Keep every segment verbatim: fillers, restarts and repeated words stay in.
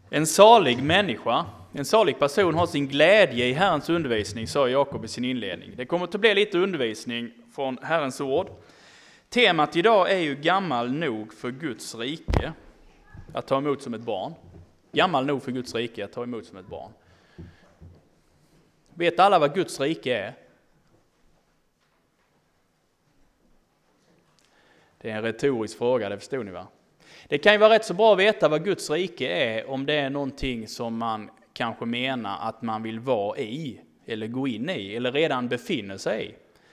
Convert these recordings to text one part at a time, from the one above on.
En salig människa, en salig person har sin glädje i Herrens undervisning, sa Jakob i sin inledning. Det kommer att bli lite undervisning från Herrens ord. Temat idag är ju gammal nog för Guds rike, att ta emot som ett barn. Gammal nog för Guds rike, att ta emot som ett barn. Vet alla vad Guds rike är? Det är en retorisk fråga, det förstår ni va? Det kan ju vara rätt så bra att veta vad Guds rike är om det är någonting som man kanske menar att man vill vara i, eller gå in i, eller redan befinner sig i.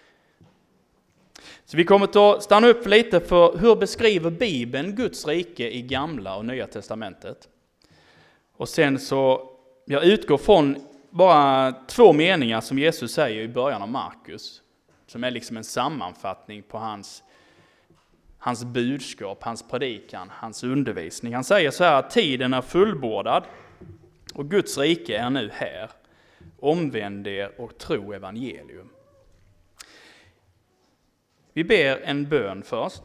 Så vi kommer att stanna upp lite för hur beskriver Bibeln Guds rike i Gamla och Nya testamentet. Och sen så, jag utgår från bara två meningar som Jesus säger i början av Markus, som är liksom en sammanfattning på hans Hans budskap, hans predikan, hans undervisning. Han säger så här att tiden är fullbordad och Guds rike är nu här. Omvänd er och tro evangelium. Vi ber en bön först.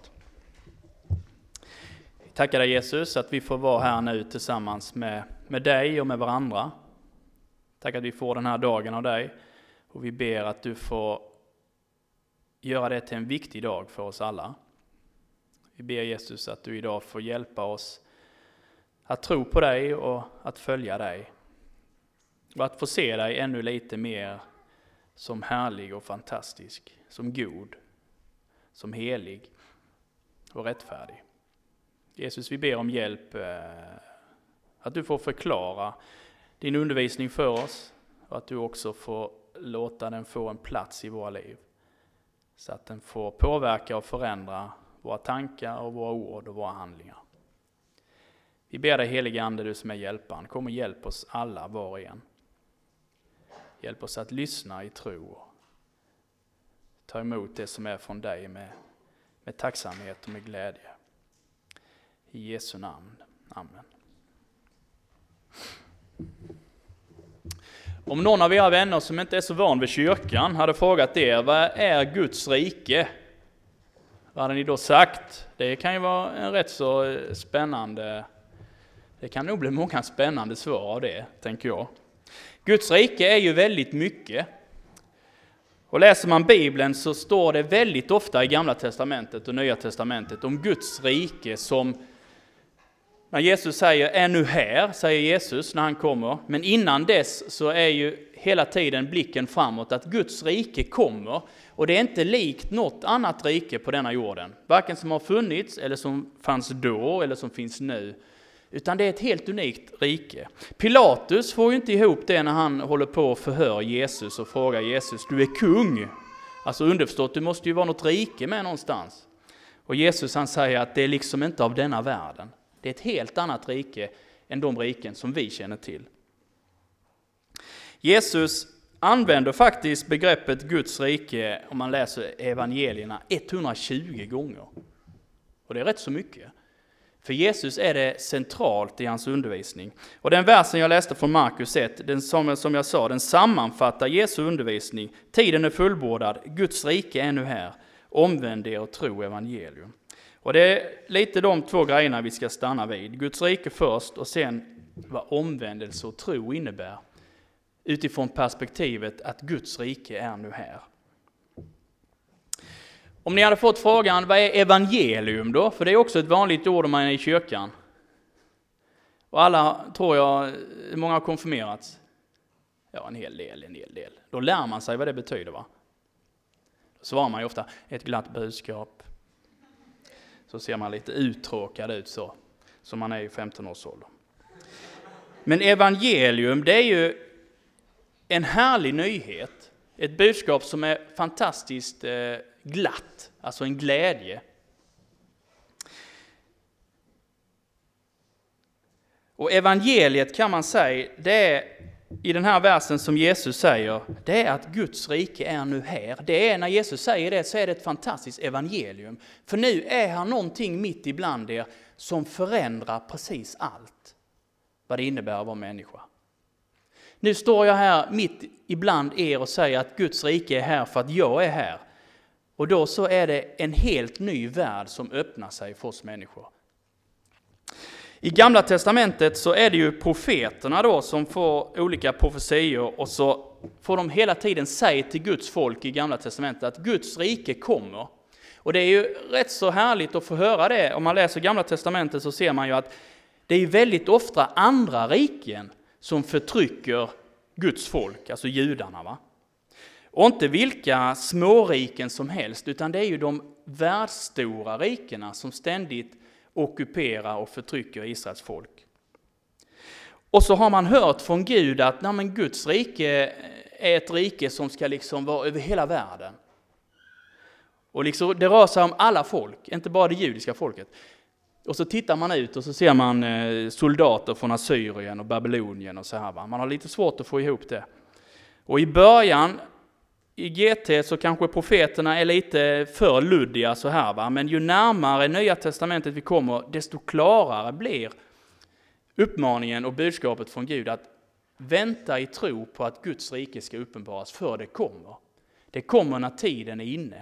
Vi tackar dig Jesus att vi får vara här nu tillsammans med, med dig och med varandra. Tack att vi får den här dagen av dig. Och vi ber att du får göra det till en viktig dag för oss alla. Vi ber Jesus att du idag får hjälpa oss att tro på dig och att följa dig. Och att få se dig ännu lite mer som härlig och fantastisk, som god, som helig och rättfärdig. Jesus, vi ber om hjälp att du får förklara din undervisning för oss och att du också får låta den få en plats i våra liv. Så att den får påverka och förändra våra tankar och våra ord och våra handlingar. Vi ber dig helige Ande, du som är hjälparen. Kom och hjälp oss alla var och en. Hjälp oss att lyssna i tro och ta emot det som är från dig med, med tacksamhet och med glädje. I Jesu namn. Amen. Om någon av era vänner som inte är så van vid kyrkan hade frågat er, vad är Guds rike? Vad hade ni då sagt? Det kan ju vara en rätt så spännande, det kan nog bli många spännande svar av det, tänker jag. Guds rike är ju väldigt mycket. Och läser man Bibeln så står det väldigt ofta i Gamla testamentet och Nya testamentet om Guds rike som, när Jesus säger är nu här, säger Jesus när han kommer. Men innan dess så är ju hela tiden blicken framåt att Guds rike kommer. Och det är inte likt något annat rike på denna jorden. Varken som har funnits eller som fanns då eller som finns nu. Utan det är ett helt unikt rike. Pilatus får ju inte ihop det när han håller på och förhör Jesus och frågar Jesus, du är kung. Alltså underförstått, du måste ju vara något rike med någonstans. Och Jesus han säger att det är liksom inte av denna världen. Det är ett helt annat rike än de riken som vi känner till. Jesus använder faktiskt begreppet Guds rike, om man läser evangelierna, etthundratjugo gånger. Och det är rätt så mycket. För Jesus är det centralt i hans undervisning. Och den versen jag läste från Markus ett, den som, som jag sa, den sammanfattar Jesu undervisning. Tiden är fullbordad, Guds rike är nu här. Omvänd er och tro evangelium. Och det är lite de två grejerna vi ska stanna vid. Guds rike först och sen vad omvändelse och tro innebär. Utifrån perspektivet att Guds rike är nu här. Om ni hade fått frågan, vad är evangelium då? För det är också ett vanligt ord om man är i kyrkan. Och alla, tror jag, många har konfirmerats. Ja, en hel del, en hel del. Då lär man sig vad det betyder, va? Då svarar man ju ofta, ett glatt budskap. Så ser man lite uttråkad ut så, som man är i femton års ålder. Men evangelium, det är ju en härlig nyhet. Ett budskap som är fantastiskt eh, glatt, alltså en glädje. Och evangeliet kan man säga, det är i den här versen som Jesus säger, det är att Guds rike är nu här. Det är när Jesus säger det så är det ett fantastiskt evangelium. För nu är här någonting mitt ibland er som förändrar precis allt. Vad det innebär att vara människa. Nu står jag här mitt ibland er och säger att Guds rike är här för att jag är här. Och då så är det en helt ny värld som öppnar sig för oss människor. I Gamla testamentet så är det ju profeterna då som får olika profetior och så får de hela tiden säga till Guds folk i Gamla testamentet att Guds rike kommer. Och det är ju rätt så härligt att få höra det. Om man läser Gamla testamentet så ser man ju att det är väldigt ofta andra riken som förtrycker Guds folk, alltså judarna, va? Och inte vilka småriken som helst, utan det är ju de världsstora rikena som ständigt ockuperar och förtrycker Israels folk. Och så har man hört från Gud att nej, men Guds rike är ett rike som ska liksom vara över hela världen. Och liksom, det rör sig om alla folk, inte bara det judiska folket. Och så tittar man ut och så ser man soldater från Assyrien och Babylonien och så här, va? Man har lite svårt att få ihop det. Och i början i G T så kanske profeterna är lite för luddiga så här, va? Men ju närmare Nya testamentet vi kommer, desto klarare blir uppmaningen och budskapet från Gud att vänta i tro på att Guds rike ska uppenbaras, för det kommer. Det kommer när tiden är inne.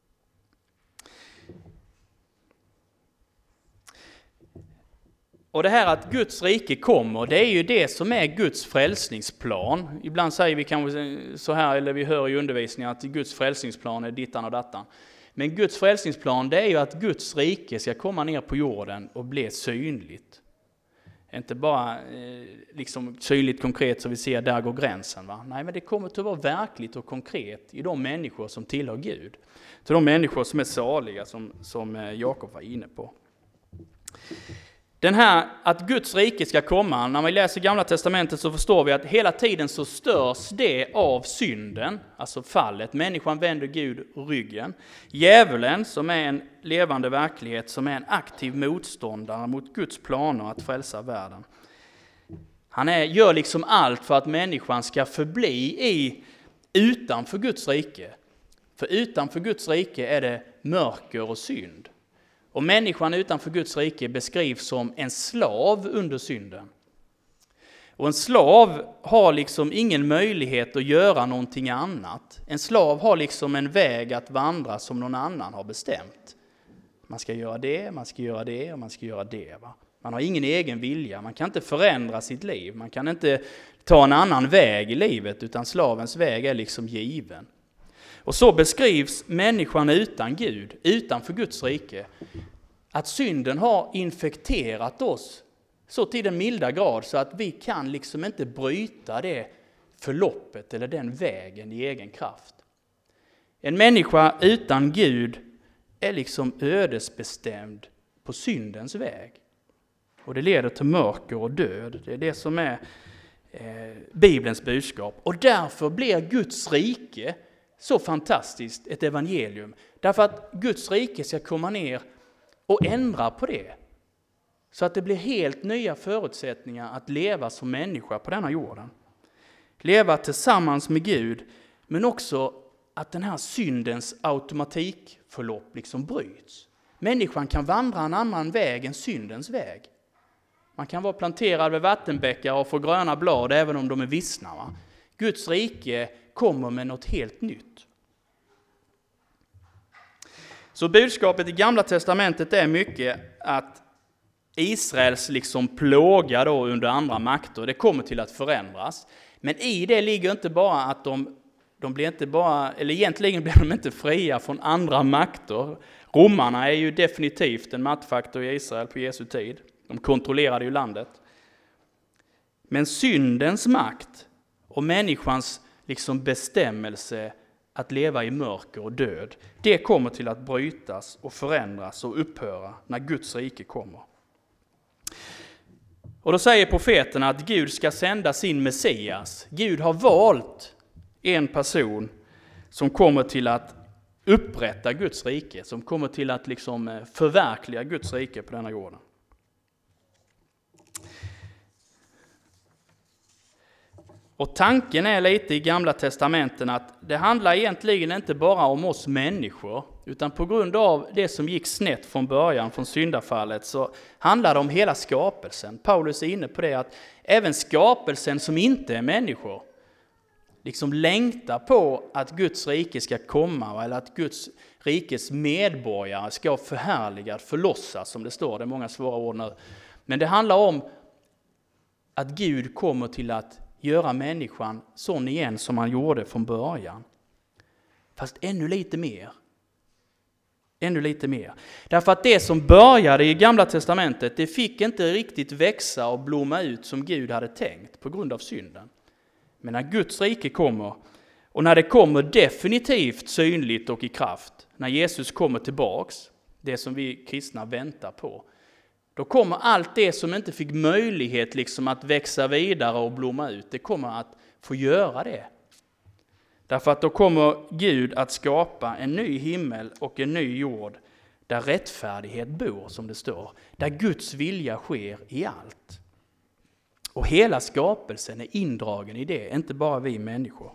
Och det här att Guds rike kommer, det är ju det som är Guds frälsningsplan. Ibland säger vi kanske så här, eller vi hör i undervisningen att Guds frälsningsplan är dittan och dattan. Men Guds frälsningsplan, det är ju att Guds rike ska komma ner på jorden och bli synligt. Inte bara eh, liksom synligt konkret så vi ser där går gränsen, va? Nej, men det kommer att vara verkligt och konkret i de människor som tillhör Gud. Till de människor som är saliga, som, som Jakob var inne på. Den här att Guds rike ska komma, när vi läser Gamla testamentet så förstår vi att hela tiden så störs det av synden, alltså fallet. Människan vänder Gud ryggen. Djävulen, som är en levande verklighet, som är en aktiv motståndare mot Guds planer att frälsa världen. Han är, gör liksom allt för att människan ska förbli i utanför Guds rike. För utanför Guds rike är det mörker och synd. Och människan utanför Guds rike beskrivs som en slav under synden. Och en slav har liksom ingen möjlighet att göra någonting annat. En slav har liksom en väg att vandra som någon annan har bestämt. Man ska göra det, man ska göra det och man ska göra det, va? Man har ingen egen vilja, man kan inte förändra sitt liv. Man kan inte ta en annan väg i livet, utan slavens väg är liksom given. Och så beskrivs människan utan Gud, utanför Guds rike. Att synden har infekterat oss så till den milda grad så att vi kan liksom inte bryta det förloppet eller den vägen i egen kraft. En människa utan Gud är liksom ödesbestämd på syndens väg. Och det leder till mörker och död. Det är det som är eh, Bibelns budskap. Och därför blir Guds rike så fantastiskt ett evangelium. Därför att Guds rike ska komma ner och ändra på det. Så att det blir helt nya förutsättningar att leva som människa på denna jorden. Leva tillsammans med Gud, men också att den här syndens automatikförlopp liksom bryts. Människan kan vandra en annan väg än syndens väg. Man kan vara planterad vid vattenbäckar och få gröna blad även om de är vissna, va? Guds rike kommer med något helt nytt. Så budskapet i Gamla testamentet är mycket att Israels liksom plåga då under andra makter, det kommer till att förändras. Men i det ligger inte bara att de, de blir inte bara, eller egentligen blir de inte fria från andra makter. Romarna är ju definitivt en maktfaktor i Israel på Jesu tid. De kontrollerade ju landet. Men syndens makt och människans liksom bestämmelse att leva i mörker och död, det kommer till att brytas och förändras och upphöra när Guds rike kommer. Och då säger profeterna att Gud ska sända sin Messias. Gud har valt en person som kommer till att upprätta Guds rike, som kommer till att liksom förverkliga Guds rike på denna jorden. Och tanken är lite i Gamla testamenten att det handlar egentligen inte bara om oss människor, utan på grund av det som gick snett från början, från syndafallet, så handlar det om hela skapelsen. Paulus är inne på det att även skapelsen som inte är människor liksom längtar på att Guds rike ska komma, eller att Guds rikes medborgare ska förhärligad, förlossas, som det står, det är många svåra ord nu. Men det handlar om att Gud kommer till att göra människan sån igen som han gjorde från början. Fast ännu lite mer. Ännu lite mer. Därför att det som började i Gamla testamentet, det fick inte riktigt växa och blomma ut som Gud hade tänkt på grund av synden. Men när Guds rike kommer, och när det kommer definitivt synligt och i kraft, när Jesus kommer tillbaks, det som vi kristna väntar på, då kommer allt det som inte fick möjlighet liksom att växa vidare och blomma ut, det kommer att få göra det. Därför att då kommer Gud att skapa en ny himmel och en ny jord där rättfärdighet bor, som det står. Där Guds vilja sker i allt. Och hela skapelsen är indragen i det, inte bara vi människor.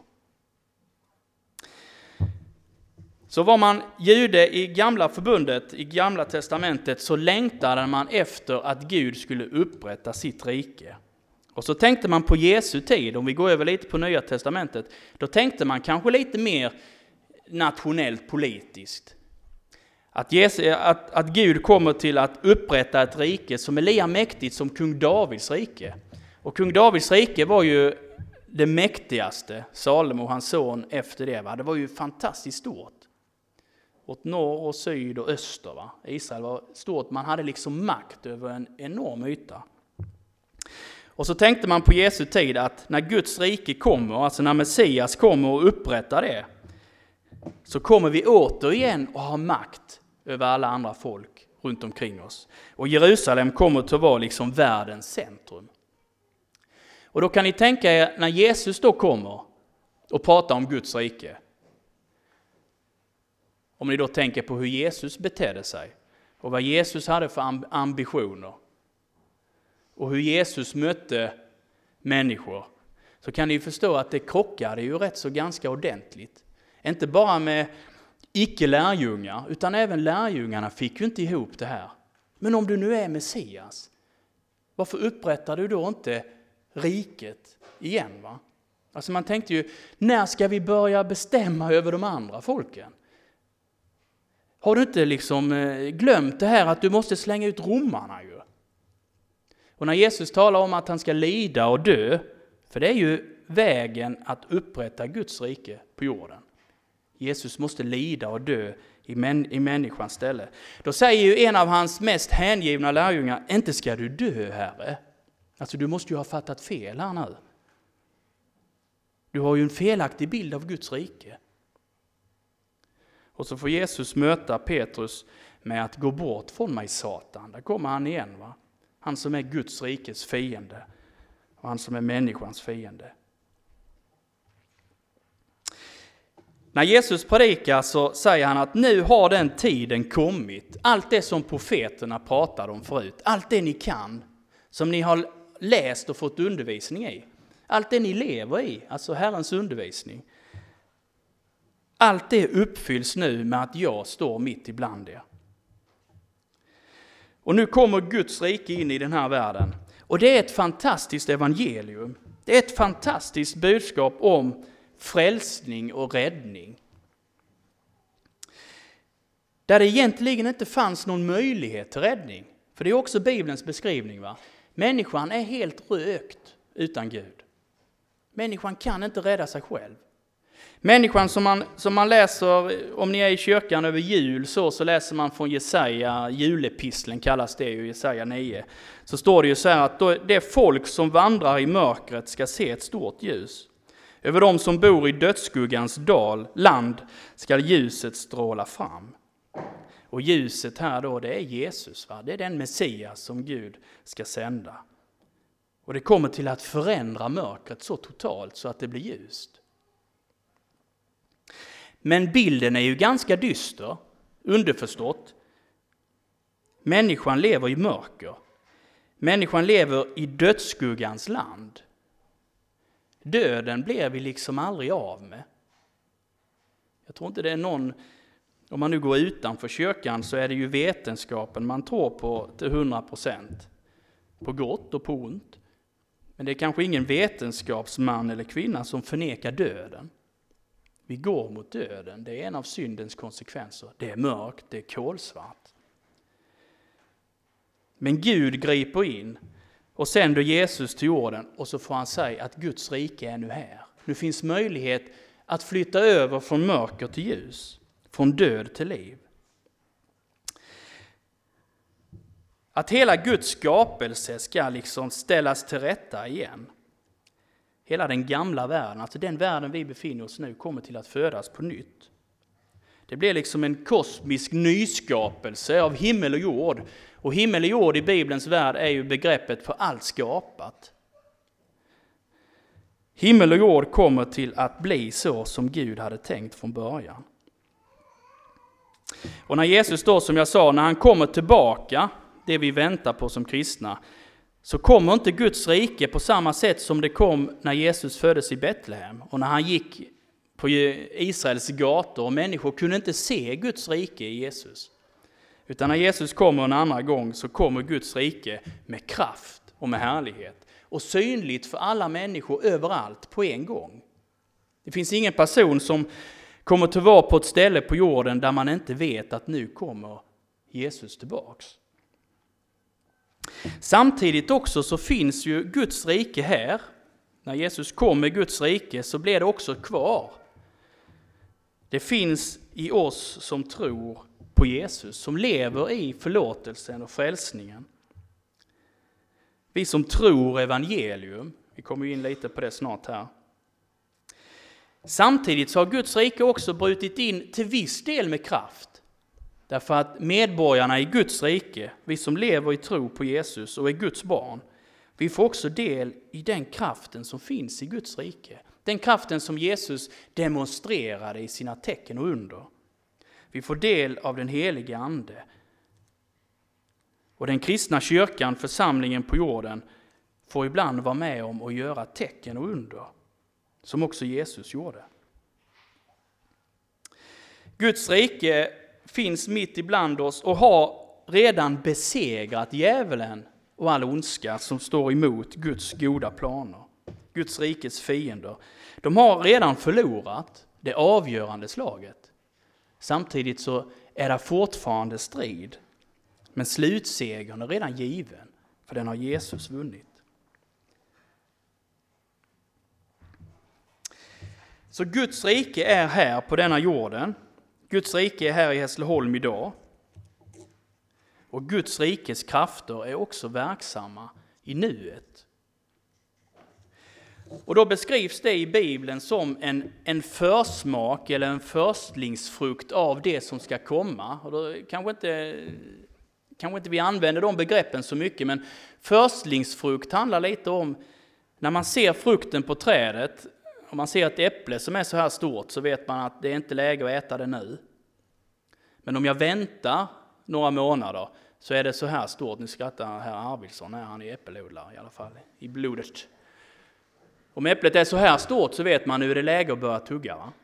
Så var man jude i gamla förbundet, i gamla testamentet, så längtade man efter att Gud skulle upprätta sitt rike. Och så tänkte man på Jesu tid, om vi går över lite på Nya testamentet, då tänkte man kanske lite mer nationellt politiskt. Att, Jesus, att, att Gud kommer till att upprätta ett rike som är lika mäktigt som kung Davids rike. Och kung Davids rike var ju det mäktigaste, Salomo, hans son, efter det. Va? Det var ju fantastiskt stort. Åt norr och syd och öster. Va? Israel var stort, man hade liksom makt över en enorm yta. Och så tänkte man på Jesu tid att när Guds rike kommer, alltså när Messias kommer och upprättar det, så kommer vi återigen att ha makt över alla andra folk runt omkring oss. Och Jerusalem kommer att vara liksom världens centrum. Och då kan ni tänka er när Jesus då kommer och pratar om Guds rike. Om ni då tänker på hur Jesus betedde sig och vad Jesus hade för ambitioner. Och hur Jesus mötte människor, så kan ni förstå att det krockade ju rätt så ganska ordentligt. Inte bara med icke-lärjungar, utan även lärjungarna fick ju inte ihop det här. Men om du nu är Messias, varför upprättar du då inte riket igen? Va? Alltså man tänkte ju, när ska vi börja bestämma över de andra folken? Har du inte liksom glömt det här att du måste slänga ut romarna ju? Och när Jesus talar om att han ska lida och dö, för det är ju vägen att upprätta Guds rike på jorden. Jesus måste lida och dö i, män, i människans ställe. Då säger ju en av hans mest hängivna lärjungar, inte ska du dö, Herre. Alltså du måste ju ha fattat fel här nu. Du har ju en felaktig bild av Guds rike. Och så får Jesus möta Petrus med att gå bort från mig, Satan. Där kommer han igen, va? Han som är Guds rikes fiende och han som är människans fiende. När Jesus predikar så säger han att nu har den tiden kommit. Allt det som profeterna pratade om förut, allt det ni kan, som ni har läst och fått undervisning i. Allt det ni lever i, alltså Herrens undervisning. Allt det uppfylls nu med att jag står mitt ibland er. Och nu kommer Guds rike in i den här världen. Och det är ett fantastiskt evangelium. Det är ett fantastiskt budskap om frälsning och räddning. Där det egentligen inte fanns någon möjlighet till räddning. För det är också Bibelns beskrivning, va? Människan är helt rökt utan Gud. Människan kan inte rädda sig själv. Människan som man, som man läser, om ni är i kyrkan över jul, så, så läser man från Jesaja, julepistlen kallas det ju, Jesaja nio. Så står det ju så här att då, det folk som vandrar i mörkret ska se ett stort ljus. Över de som bor i dödsskuggans dal, land, ska ljuset stråla fram. Och ljuset här då, det är Jesus, va? Det är den Messias som Gud ska sända. Och det kommer till att förändra mörkret så totalt så att det blir ljust. Men bilden är ju ganska dyster, underförstått. Människan lever i mörker. Människan lever i dödsskuggans land. Döden blir vi liksom aldrig av med. Jag tror inte det är någon, om man nu går utanför kyrkan så är det ju vetenskapen man tror på till hundra procent. På gott och på ont. Men det är kanske ingen vetenskapsman eller kvinna som förnekar döden. Vi går mot döden. Det är en av syndens konsekvenser. Det är mörkt, det är kolsvart. Men Gud griper in och sänder Jesus till jorden och så får han säga att Guds rike är nu här. Nu finns möjlighet att flytta över från mörker till ljus, från död till liv. Att hela Guds skapelse ska liksom ställas till rätta igen. Hela den gamla världen, alltså den världen vi befinner oss nu, kommer till att födas på nytt. Det blir liksom en kosmisk nyskapelse av himmel och jord. Och himmel och jord i Bibelns värld är ju begreppet för allt skapat. Himmel och jord kommer till att bli så som Gud hade tänkt från början. Och när Jesus då, som jag sa, när han kommer tillbaka, det vi väntar på som kristna, så kommer inte Guds rike på samma sätt som det kom när Jesus föddes i Betlehem. Och när han gick på Israels gator och människor kunde inte se Guds rike i Jesus. Utan när Jesus kommer en andra gång så kommer Guds rike med kraft och med härlighet. Och synligt för alla människor överallt på en gång. Det finns ingen person som kommer att vara på ett ställe på jorden där man inte vet att nu kommer Jesus tillbaks. Samtidigt också så finns ju Guds rike här. När Jesus kom med Guds rike så blir det också kvar. Det finns i oss som tror på Jesus, som lever i förlåtelsen och frälsningen. Vi som tror evangelium, vi kommer in lite på det snart här. Samtidigt så har Guds rike också brutit in till viss del med kraft. Därför att medborgarna i Guds rike, vi som lever i tro på Jesus och är Guds barn, vi får också del i den kraften som finns i Guds rike. Den kraften som Jesus demonstrerade i sina tecken och under. Vi får del av den helige ande. Och den kristna kyrkan, församlingen på jorden, får ibland vara med om att göra tecken och under. Som också Jesus gjorde. Guds rike finns mitt ibland oss och har redan besegrat djävulen och all ondska som står emot Guds goda planer. Guds rikes fiender. De har redan förlorat det avgörande slaget. Samtidigt så är det fortfarande strid. Men slutsegern är redan given, för den har Jesus vunnit. Så Guds rike är här på denna jorden. Guds rike är här i Hässleholm idag. Och Guds rikes krafter är också verksamma i nuet. Och då beskrivs det i Bibeln som en, en försmak eller en förstlingsfrukt av det som ska komma. Och då kanske inte, kanske inte vi använder de begreppen så mycket, men förstlingsfrukt handlar lite om när man ser frukten på trädet. Om man ser ett äpple som är så här stort så vet man att det är inte läge att äta det nu. Men om jag väntar några månader så är det så här stort. Nu skrattar herr Arvidsson när han är äppelodlare i alla fall, i blodet. Om äpplet är så här stort så vet man nu är det läge att börja tugga. Va?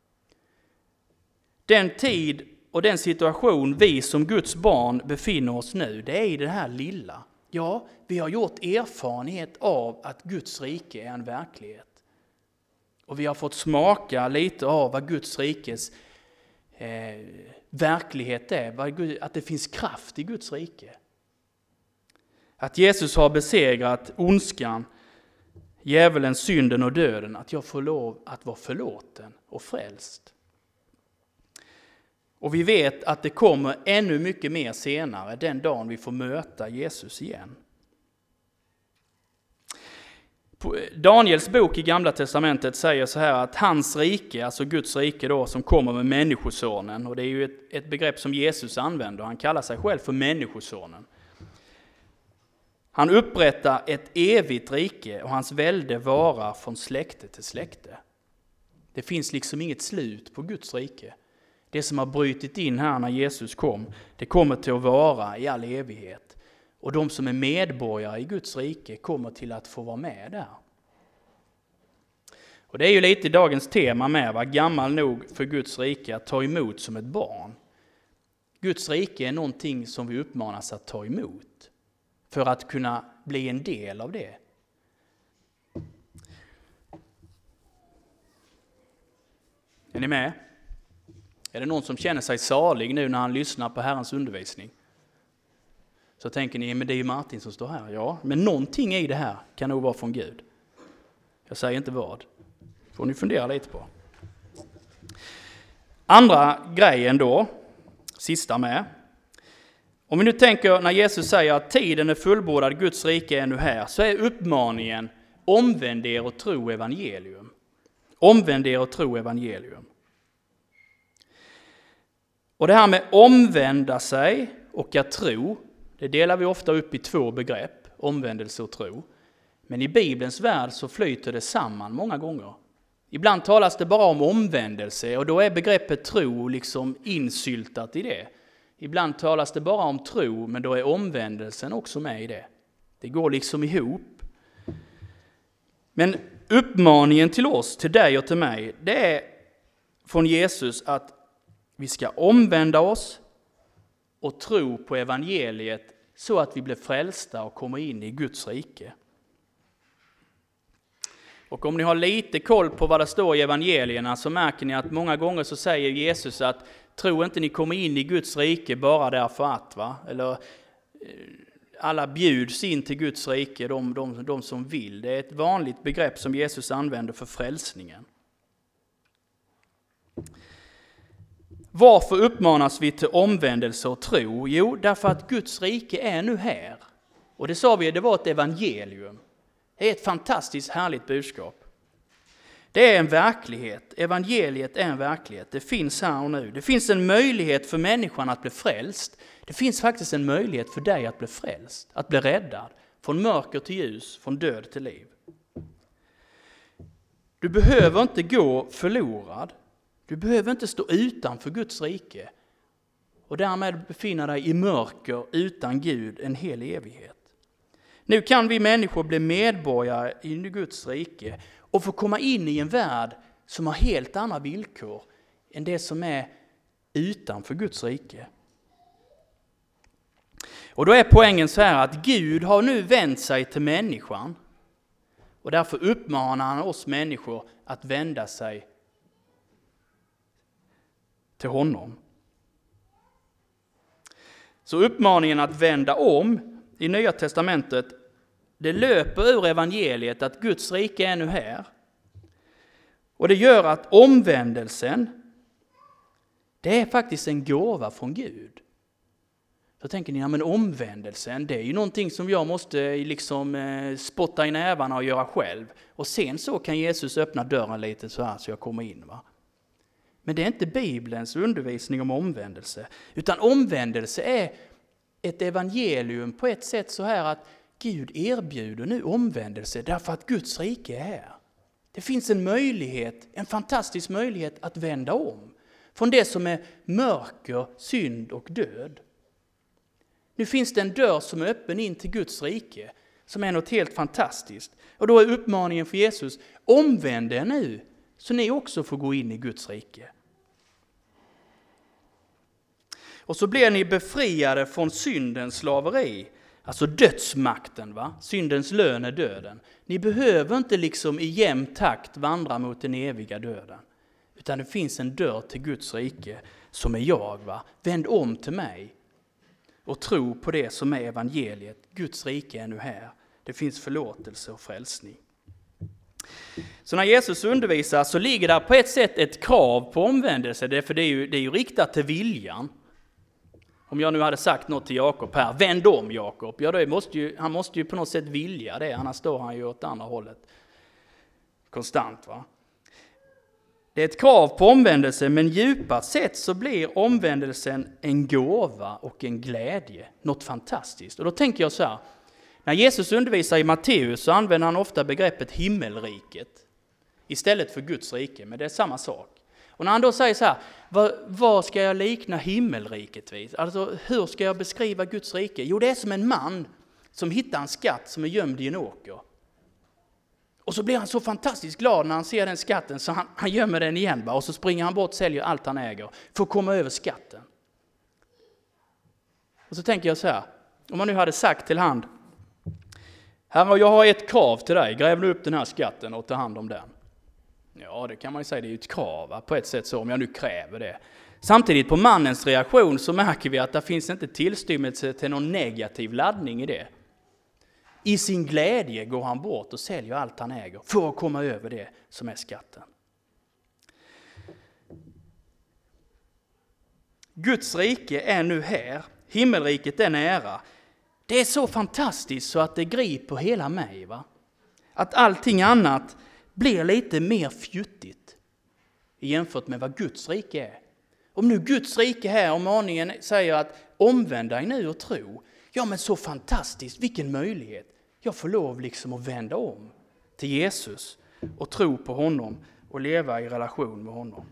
Den tid och den situation vi som Guds barn befinner oss nu, det är i det här lilla. Ja, vi har gjort erfarenhet av att Guds rike är en verklighet. Och vi har fått smaka lite av vad Guds rikes eh, verklighet är. Vad, att det finns kraft i Guds rike. Att Jesus har besegrat ondskan, djävulen, synden och döden. Att jag får lov att vara förlåten och frälst. Och vi vet att det kommer ännu mycket mer senare, den dagen vi får möta Jesus igen. Daniels bok i Gamla testamentet säger så här att hans rike, alltså Guds rike då, som kommer med människosonen, och det är ju ett, ett begrepp som Jesus använder, han kallar sig själv för människosonen. Han upprättar ett evigt rike och hans välde varar från släkte till släkte. Det finns liksom inget slut på Guds rike. Det som har brutit in här när Jesus kom, det kommer till att vara i all evighet. Och de som är medborgare i Guds rike kommer till att få vara med där. Och det är ju lite dagens tema med, var gammal nog för Guds rike att ta emot som ett barn. Guds rike är någonting som vi uppmanas att ta emot för att kunna bli en del av det. Är ni med? Är det någon som känner sig salig nu när han lyssnar på Herrens undervisning? Så tänker ni, men det är ju Martin som står här. Ja, men någonting i det här kan nog vara från Gud. Jag säger inte vad. Får ni fundera lite på. Andra grejen då, sista med. Om vi nu tänker när Jesus säger att tiden är fullbordad, Guds rike är nu här, så är uppmaningen omvänd er och tro evangelium. Omvänd er och tro evangelium. Och det här med omvända sig och att tro, det delar vi ofta upp i två begrepp, omvändelse och tro. Men i Bibelns värld så flyter det samman många gånger. Ibland talas det bara om omvändelse och då är begreppet tro liksom insyltat i det. Ibland talas det bara om tro, men då är omvändelsen också med i det. Det går liksom ihop. Men uppmaningen till oss, till dig och till mig, det är från Jesus att vi ska omvända oss och tro på evangeliet så att vi blir frälsta och kommer in i Guds rike. Och om ni har lite koll på vad det står i evangelierna så märker ni att många gånger så säger Jesus att tro inte ni kommer in i Guds rike bara därför att, va? Eller alla bjuds in till Guds rike, de, de, de som vill. Det är ett vanligt begrepp som Jesus använder för frälsningen. Varför uppmanas vi till omvändelse och tro? Jo, därför att Guds rike är nu här. Och det sa vi, det var ett evangelium. Det är ett fantastiskt härligt budskap. Det är en verklighet. Evangeliet är en verklighet. Det finns här och nu. Det finns en möjlighet för människan att bli frälst. Det finns faktiskt en möjlighet för dig att bli frälst. Att bli räddad. Från mörker till ljus. Från död till liv. Du behöver inte gå förlorad. Du behöver inte stå utanför Guds rike. Och därmed befinna dig i mörker utan Gud en hel evighet. Nu kan vi människor bli medborgare i Guds rike och få komma in i en värld som har helt andra villkor än det som är utanför Guds rike. Och då är poängen så här att Gud har nu vänt sig till människan och därför uppmanar han oss människor att vända sig till honom. Så uppmaningen att vända om i Nya testamentet, det löper ur evangeliet att Guds rike är nu här. Och det gör att omvändelsen, det är faktiskt en gåva från Gud. Så tänker ni, ja men omvändelsen, det är ju någonting som jag måste liksom eh, spotta i nävarna och göra själv. Och sen så kan Jesus öppna dörren lite så här så jag kommer in, va? Men det är inte Bibelns undervisning om omvändelse. Utan omvändelse är ett evangelium på ett sätt så här att Gud erbjuder nu omvändelse därför att Guds rike är här. Det finns en möjlighet, en fantastisk möjlighet att vända om från det som är mörker, synd och död. Nu finns det en dörr som är öppen in till Guds rike som är något helt fantastiskt. Och då är uppmaningen för Jesus, omvänd er nu så ni också får gå in i Guds rike. Och så blir ni befriade från syndens slaveri. Alltså dödsmakten, va? Syndens lön är döden. Ni behöver inte liksom i jämn takt vandra mot den eviga döden. Utan det finns en dörr till Guds rike som är jag, va? Vänd om till mig. Och tro på det som är evangeliet. Guds rike är nu här. Det finns förlåtelse och frälsning. Så när Jesus undervisar så ligger där på ett sätt ett krav på omvändelse. Det är för det är ju, det är ju riktat till viljan. Om jag nu hade sagt något till Jakob här, vänd om Jakob. Ja, då måste ju, han måste ju på något sätt vilja det, annars står han ju åt andra hållet. Konstant, va? Det är ett krav på omvändelse, men djupast sett så blir omvändelsen en gåva och en glädje. Något fantastiskt. Och då tänker jag så här, när Jesus undervisar i Matteus så använder han ofta begreppet himmelriket istället för Guds rike, men det är samma sak. Och när han då säger så här, vad, vad ska jag likna himmelriket vid? Alltså hur ska jag beskriva Guds rike? Jo, det är som en man som hittar en skatt som är gömd i en åker. Och så blir han så fantastiskt glad när han ser den skatten så han, han gömmer den igen. Och så springer han bort och säljer allt han äger för att komma över skatten. Och så tänker jag så här, om man nu hade sagt till han, Herre, jag har ett krav till dig, gräv nu upp den här skatten och ta hand om den. Ja, det kan man ju säga, det är ju ett krav, va? På ett sätt så, om jag nu kräver det. Samtidigt på mannens reaktion så märker vi att det finns inte tillstymmelse till någon negativ laddning i det. I sin glädje går han bort och säljer allt han äger för att komma över det som är skatten. Guds rike är nu här. Himmelriket är nära. Det är så fantastiskt så att det griper hela mig, va? Att allting annat blir lite mer fjuttigt jämfört med vad Guds rike är. Om nu Guds rike här om maningen säger att omvända dig nu och tro. Ja, men så fantastiskt, vilken möjlighet. Jag får lov liksom att vända om till Jesus och tro på honom och leva i relation med honom.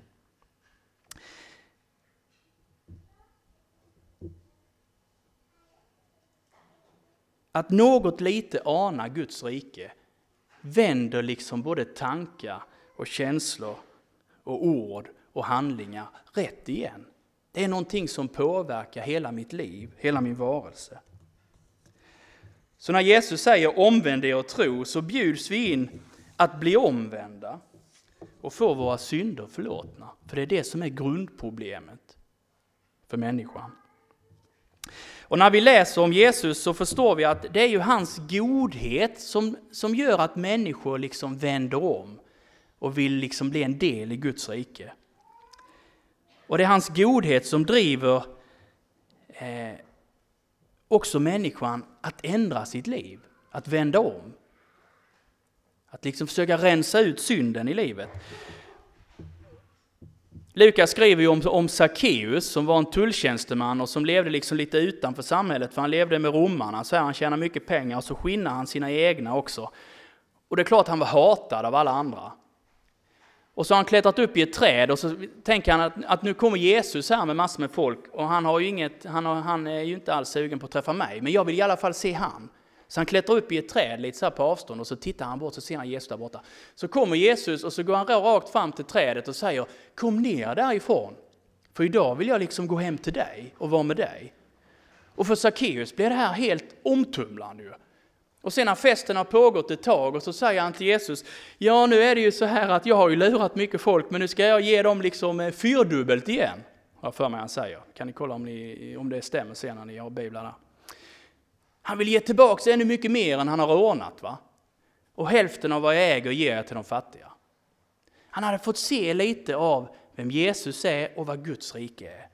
Att något lite ana Guds rike vänder liksom både tankar och känslor och ord och handlingar rätt igen. Det är någonting som påverkar hela mitt liv, hela min varelse. Så när Jesus säger omvänd er och tro så bjuds vi in att bli omvända och få våra synder förlåtna. För det är det som är grundproblemet för människan. Och när vi läser om Jesus så förstår vi att det är ju hans godhet som, som gör att människor liksom vänder om och vill liksom bli en del i Guds rike. Och det är hans godhet som driver eh, också människan att ändra sitt liv, att vända om. Att liksom försöka rensa ut synden i livet. Lukas skriver ju om, om Sackeus som var en tulltjänsteman och som levde liksom lite utanför samhället för han levde med romarna. Så här, han tjänade mycket pengar och så skinnade han sina egna också. Och det är klart han var hatad av alla andra. Och så har han klättrat upp i ett träd och så tänker han att, att nu kommer Jesus här med massor med folk. Och han, har ju inget, han, har, han är ju inte alls sugen på att träffa mig. Men jag vill i alla fall se han. Så han klättrar upp i ett träd lite så här på avstånd och så tittar han bort så ser han Jesus där borta. Så kommer Jesus och så går han rakt fram till trädet och säger kom ner därifrån. För idag vill jag liksom gå hem till dig och vara med dig. Och för Sackeus blir det här helt omtumlande ju. Och sen när festen har pågått ett tag och så säger han till Jesus ja nu är det ju så här att jag har ju lurat mycket folk men nu ska jag ge dem liksom fyrdubbelt igen. Vad för mig han säger. Kan ni kolla om, ni, om det stämmer sen när ni har biblarna. Han vill ge tillbaka ännu mycket mer än han har rånat, va? Och hälften av vad jag äger ger jag till de fattiga. Han hade fått se lite av vem Jesus är och vad Guds rike är.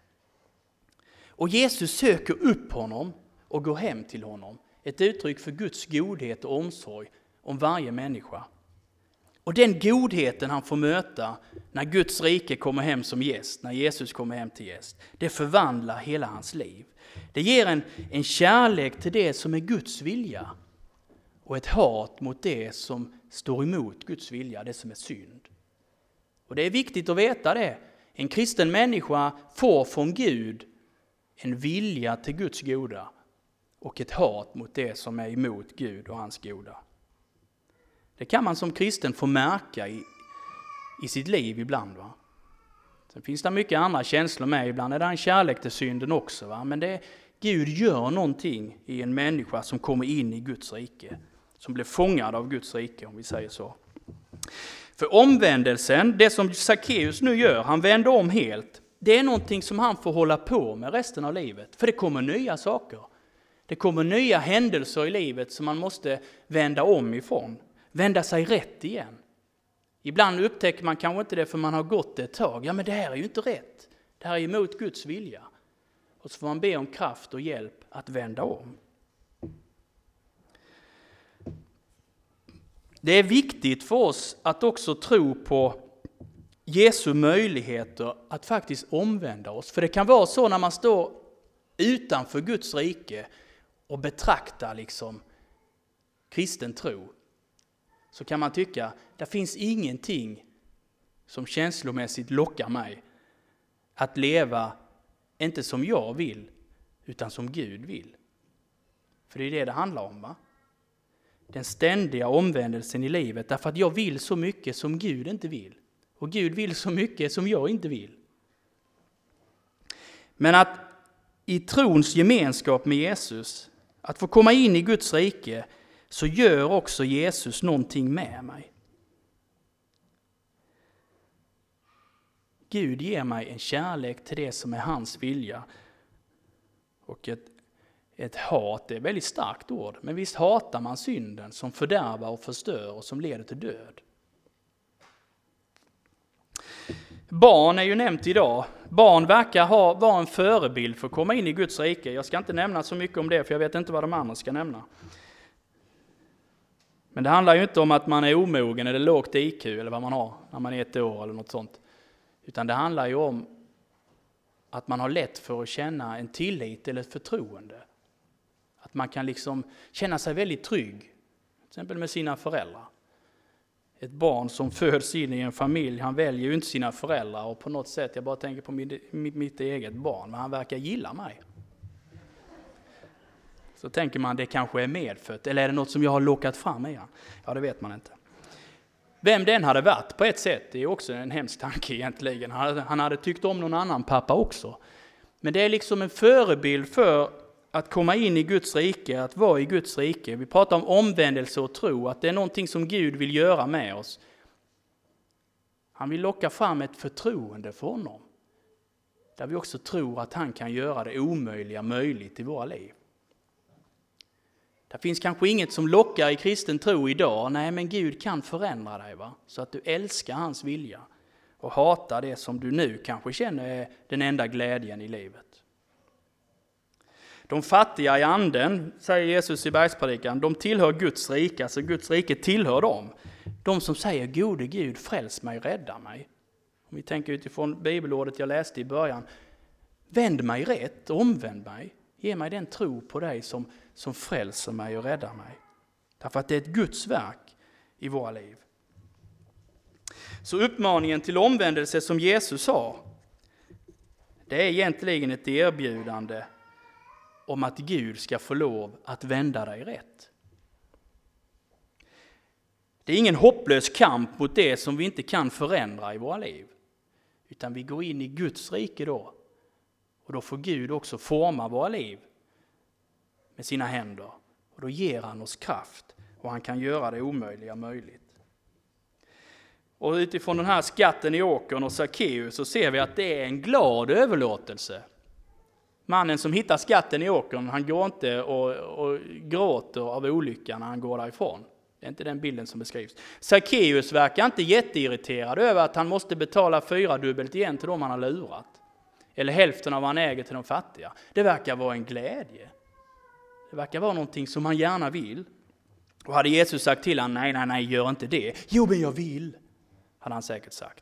Och Jesus söker upp honom och går hem till honom. Ett uttryck för Guds godhet och omsorg om varje människa. Och den godheten han får möta när Guds rike kommer hem som gäst, när Jesus kommer hem till gäst, det förvandlar hela hans liv. Det ger en, en kärlek till det som är Guds vilja och ett hat mot det som står emot Guds vilja, det som är synd. Och det är viktigt att veta det. En kristen människa får från Gud en vilja till Guds goda och ett hat mot det som är emot Gud och hans goda. Det kan man som kristen få märka i, i sitt liv ibland, va? Sen finns det mycket andra känslor med. Ibland är det en kärlek till synden också, va? Men det, Gud gör någonting i en människa som kommer in i Guds rike. Som blir fångad av Guds rike, om vi säger så. För omvändelsen, det som Sackeus nu gör, han vänder om helt. Det är någonting som han får hålla på med resten av livet. För det kommer nya saker. Det kommer nya händelser i livet som man måste vända om ifrån. Vända sig rätt igen. Ibland upptäcker man kanske inte det för man har gått ett tag. Ja, men det här är ju inte rätt. Det här är emot Guds vilja. Och så får man be om kraft och hjälp att vända om. Det är viktigt för oss att också tro på Jesu möjligheter att faktiskt omvända oss. För det kan vara så när man står utanför Guds rike och betraktar liksom kristen tro. Så kan man tycka, det finns ingenting som känslomässigt lockar mig att leva inte som jag vill, utan som Gud vill. För det är det det handlar om, va? Den ständiga omvändelsen i livet, därför att jag vill så mycket som Gud inte vill. Och Gud vill så mycket som jag inte vill. Men att i trons gemenskap med Jesus, att få komma in i Guds rike, så gör också Jesus någonting med mig. Gud ger mig en kärlek till det som är hans vilja. Och ett, ett hat, det är ett väldigt starkt ord. Men visst hatar man synden som fördärvar och förstör och som leder till död. Barn är ju nämnt idag. Barn verkar ha, vara en förebild för att komma in i Guds rike. Jag ska inte nämna så mycket om det, för jag vet inte vad de andra ska nämna. Men det handlar ju inte om att man är omogen eller lågt I Q eller vad man har när man är ett år eller något sånt. Utan det handlar ju om att man har lätt för att känna en tillit eller ett förtroende. Att man kan liksom känna sig väldigt trygg, till exempel med sina föräldrar. Ett barn som föds in i en familj, han väljer ju inte sina föräldrar och på något sätt, jag bara tänker på mitt, mitt, mitt eget barn, men han verkar gilla mig. Så tänker man, det kanske är medfött, eller är det något som jag har lockat fram i han? Ja, det vet man inte. Vem den hade varit på ett sätt, det är också en hemsk tanke egentligen. Han hade, han hade tyckt om någon annan pappa också. Men det är liksom en förebild för att komma in i Guds rike, att vara i Guds rike. Vi pratar om omvändelse och tro, att det är någonting som Gud vill göra med oss. Han vill locka fram ett förtroende för honom. Där vi också tror att han kan göra det omöjliga möjligt i våra liv. Det finns kanske inget som lockar i kristen tro idag. Nej, men Gud kan förändra dig, va? Så att du älskar hans vilja och hatar det som du nu kanske känner är den enda glädjen i livet. De fattiga i anden, säger Jesus i bergspredikan, de tillhör Guds rike, alltså Guds rike tillhör dem. De som säger, gode Gud, fräls mig, rädda mig. Om vi tänker utifrån bibelordet jag läste i början, vänd mig rätt, omvänd mig, ge mig den tro på dig som, som frälser mig och räddar mig. Därför att det är ett Guds verk i våra liv. Så uppmaningen till omvändelse som Jesus har, det är egentligen ett erbjudande om att Gud ska få lov att vända dig rätt. Det är ingen hopplös kamp mot det som vi inte kan förändra i våra liv. Utan vi går in i Guds rike då. Och då får Gud också forma våra liv med sina händer. Och då ger han oss kraft och han kan göra det omöjliga möjligt. Och utifrån den här skatten i åkern och Sackeus så ser vi att det är en glad överlåtelse. Mannen som hittar skatten i åkern, han går inte och, och gråter av olyckan när han går därifrån. Det är inte den bilden som beskrivs. Sackeus verkar inte jätteirriterad över att han måste betala fyra dubbelt igen till dem han har lurat. Eller hälften av vad han äger till de fattiga. Det verkar vara en glädje. Det verkar vara någonting som han gärna vill. Och hade Jesus sagt till honom, nej, nej, nej, gör inte det. Jo, men jag vill, hade han säkert sagt.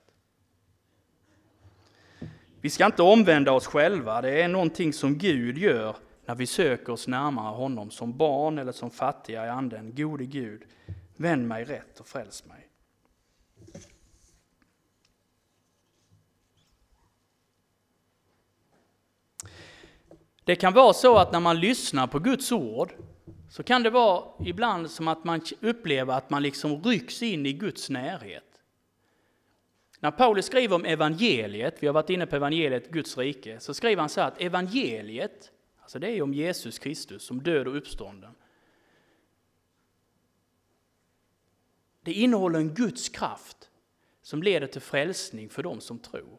Vi ska inte omvända oss själva. Det är någonting som Gud gör när vi söker oss närmare honom som barn eller som fattiga i anden. Gode Gud, vänd mig rätt och fräls mig. Det kan vara så att när man lyssnar på Guds ord så kan det vara ibland som att man upplever att man liksom rycks in i Guds närhet. När Paulus skriver om evangeliet, vi har varit inne på evangeliet, Guds rike, så skriver han så här att evangeliet, alltså det är om Jesus Kristus som död och uppstånden. Det innehåller en Guds kraft som leder till frälsning för dem som tror.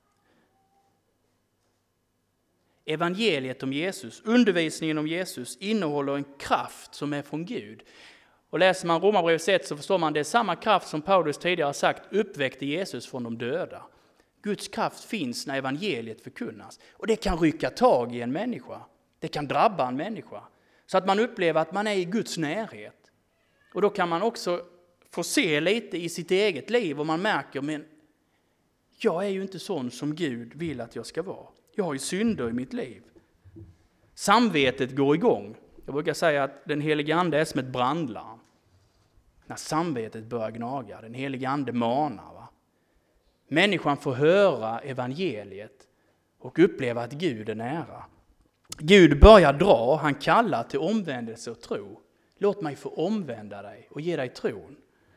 Evangeliet om Jesus, undervisningen om Jesus innehåller en kraft som är från Gud. Och läser man Romarbrevet ett så förstår man att det är samma kraft som Paulus tidigare har sagt uppväckte Jesus från de döda. Guds kraft finns när evangeliet förkunnas. Och det kan rycka tag i en människa. Det kan drabba en människa. Så att man upplever att man är i Guds närhet. Och då kan man också få se lite i sitt eget liv och man märker, men jag är ju inte sån som Gud vill att jag ska vara. Jag har ju synder i mitt liv. Samvetet går igång. Jag brukar säga att den helige ande är som ett brandlarm. När samvetet börjar gnaga, den helige ande manar. Va? Människan får höra evangeliet och uppleva att Gud är nära. Gud börjar dra, han kallar till omvändelse och tro. Låt mig få omvända dig och ge dig tron.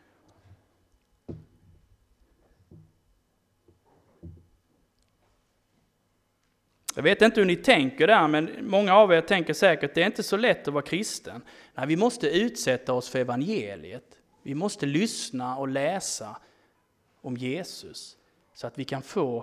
Jag vet inte hur ni tänker där, men många av er tänker säkert att det är inte så lätt att vara kristen. Nej, vi måste utsätta oss för evangeliet. Vi måste lyssna och läsa om Jesus. Så att vi kan få,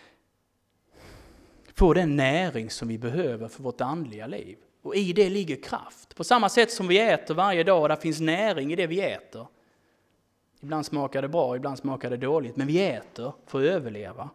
få den näring som vi behöver för vårt andliga liv. Och i det ligger kraft. På samma sätt som vi äter varje dag, där finns näring i det vi äter. Ibland smakar det bra, ibland smakar det dåligt. Men vi äter för att överleva.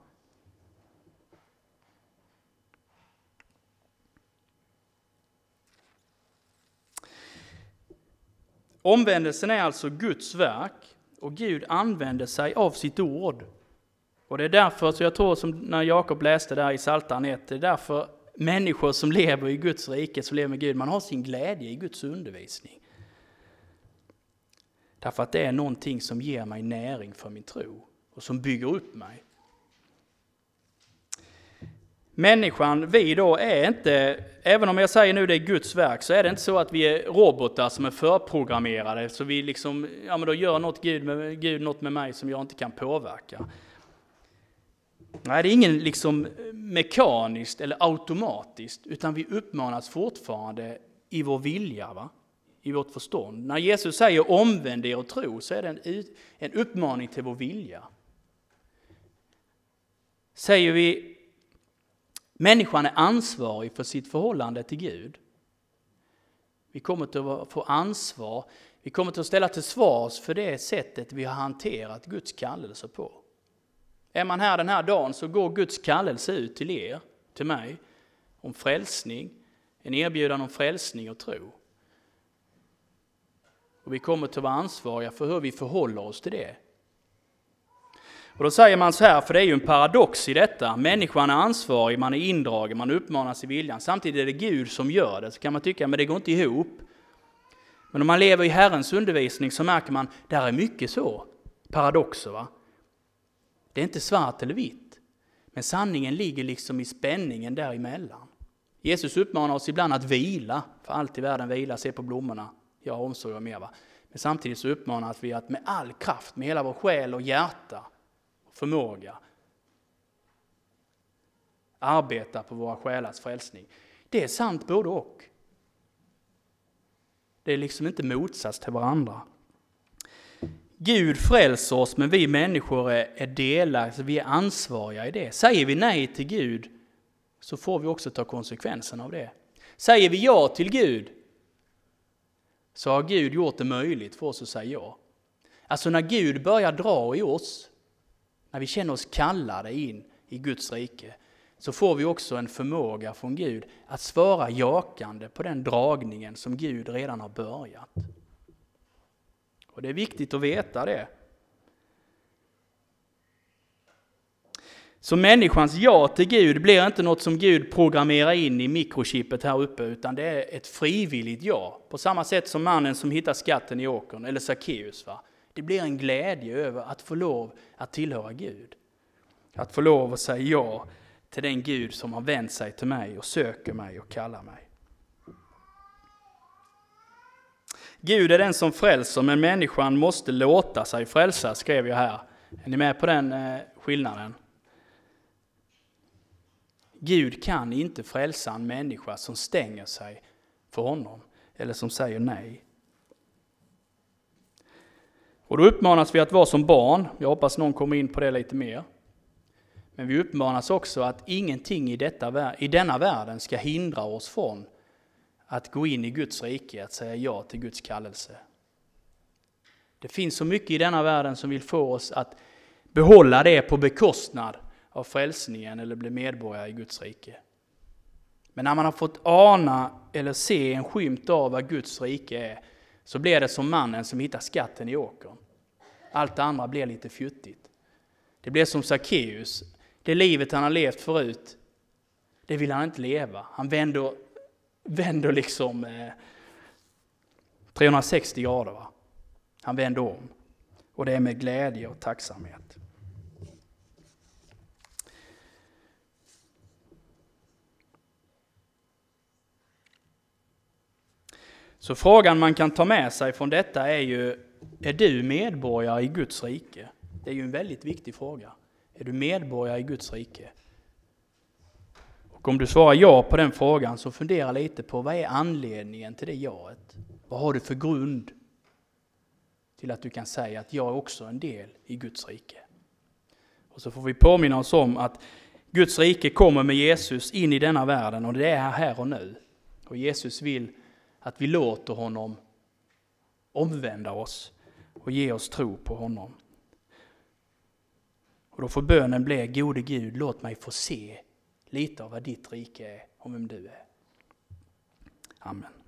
Omvändelsen är alltså Guds verk. Och Gud använder sig av sitt ord. Och det är därför, så jag tror som när Jakob läste där i Psaltaren ett, det är därför människor som lever i Guds rike, som lever med Gud, man har sin glädje i Guds undervisning. Därför att det är någonting som ger mig näring för min tro och som bygger upp mig. Människan, vi då, är inte, även om jag säger nu det är Guds verk, så är det inte så att vi är robotar som är förprogrammerade, så vi liksom, ja men då gör något Gud, med, Gud något med mig som jag inte kan påverka. Nej, det är ingen liksom mekaniskt eller automatiskt, utan vi uppmanas fortfarande i vår vilja, va? I vårt förstånd. När Jesus säger omvänd er och tro, så är det en, en uppmaning till vår vilja. Säger vi människan är ansvarig för sitt förhållande till Gud. Vi kommer till att få ansvar, vi kommer till att ställa till svars för det sättet vi har hanterat Guds kallelse på. Är man här den här dagen, så går Guds kallelse ut till er, till mig, om frälsning, en erbjudan om frälsning och tro. Och vi kommer till att vara ansvariga för hur vi förhåller oss till det. Och då säger man så här, för det är ju en paradox i detta. Människan är ansvarig, man är indragen, man uppmanas i viljan. Samtidigt är det Gud som gör det. Så kan man tycka, men det går inte ihop. Men om man lever i Herrens undervisning så märker man, där är mycket så. Paradoxer, va? Det är inte svart eller vitt. Men sanningen ligger liksom i spänningen däremellan. Jesus uppmanar oss ibland att vila. För allt i världen vila, se på blommorna. Jag har omsorg om er, va? Men samtidigt så uppmanar vi att med all kraft, med hela vår själ och hjärta och förmåga arbeta på våra själars frälsning. Det är sant både och. Det är liksom inte motsats till varandra. Gud frälser oss, men vi människor är, är delaktiga, vi är ansvariga i det. Säger vi nej till Gud, så får vi också ta konsekvensen av det. Säger vi ja till Gud, så har Gud gjort det möjligt för oss att säga ja. Alltså när Gud börjar dra i oss, när vi känner oss kallade in i Guds rike, så får vi också en förmåga från Gud att svara jakande på den dragningen som Gud redan har börjat. Och det är viktigt att veta det. Så människans ja till Gud blir inte något som Gud programmerar in i mikrochippet här uppe, utan det är ett frivilligt ja. På samma sätt som mannen som hittar skatten i åkern, eller Sackeus, va? Det blir en glädje över att få lov att tillhöra Gud. Att få lov att säga ja till den Gud som har vänt sig till mig och söker mig och kallar mig. Gud är den som frälser, men människan måste låta sig frälsa, skrev jag här. Är ni med på den eh, skillnaden? Gud kan inte frälsa en människa som stänger sig för honom eller som säger nej. Och då uppmanas vi att vara som barn. Jag hoppas någon kommer in på det lite mer. Men vi uppmanas också att ingenting i, detta, i denna världen ska hindra oss från att gå in i Guds rike, att säga ja till Guds kallelse. Det finns så mycket i denna världen som vill få oss att behålla det på bekostnad av frälsningen eller bli medborgare i Guds rike. Men när man har fått ana eller se en skymt av vad Guds rike är, så blir det som mannen som hittar skatten i åkern. Allt det andra blir lite fjuttigt. Det blir som Sackeus. Det livet han har levt förut, det vill han inte leva. Han vänder, vänder liksom eh, trehundrasextio grader. Va? Han vänder om. Och det är med glädje och tacksamhet. Så frågan man kan ta med sig från detta är ju, är du medborgare i Guds rike? Det är ju en väldigt viktig fråga. Är du medborgare i Guds rike? Och om du svarar ja på den frågan, så fundera lite på vad är anledningen till det jaet? Vad har du för grund till att du kan säga att jag är också en del i Guds rike? Och så får vi påminna oss om att Guds rike kommer med Jesus in i denna världen och det är här och nu. Och Jesus vill att vi låter honom omvända oss och ge oss tro på honom. Och då får bönen bli: gode Gud, låt mig få se lite av vad ditt rike är och vem du är. Amen.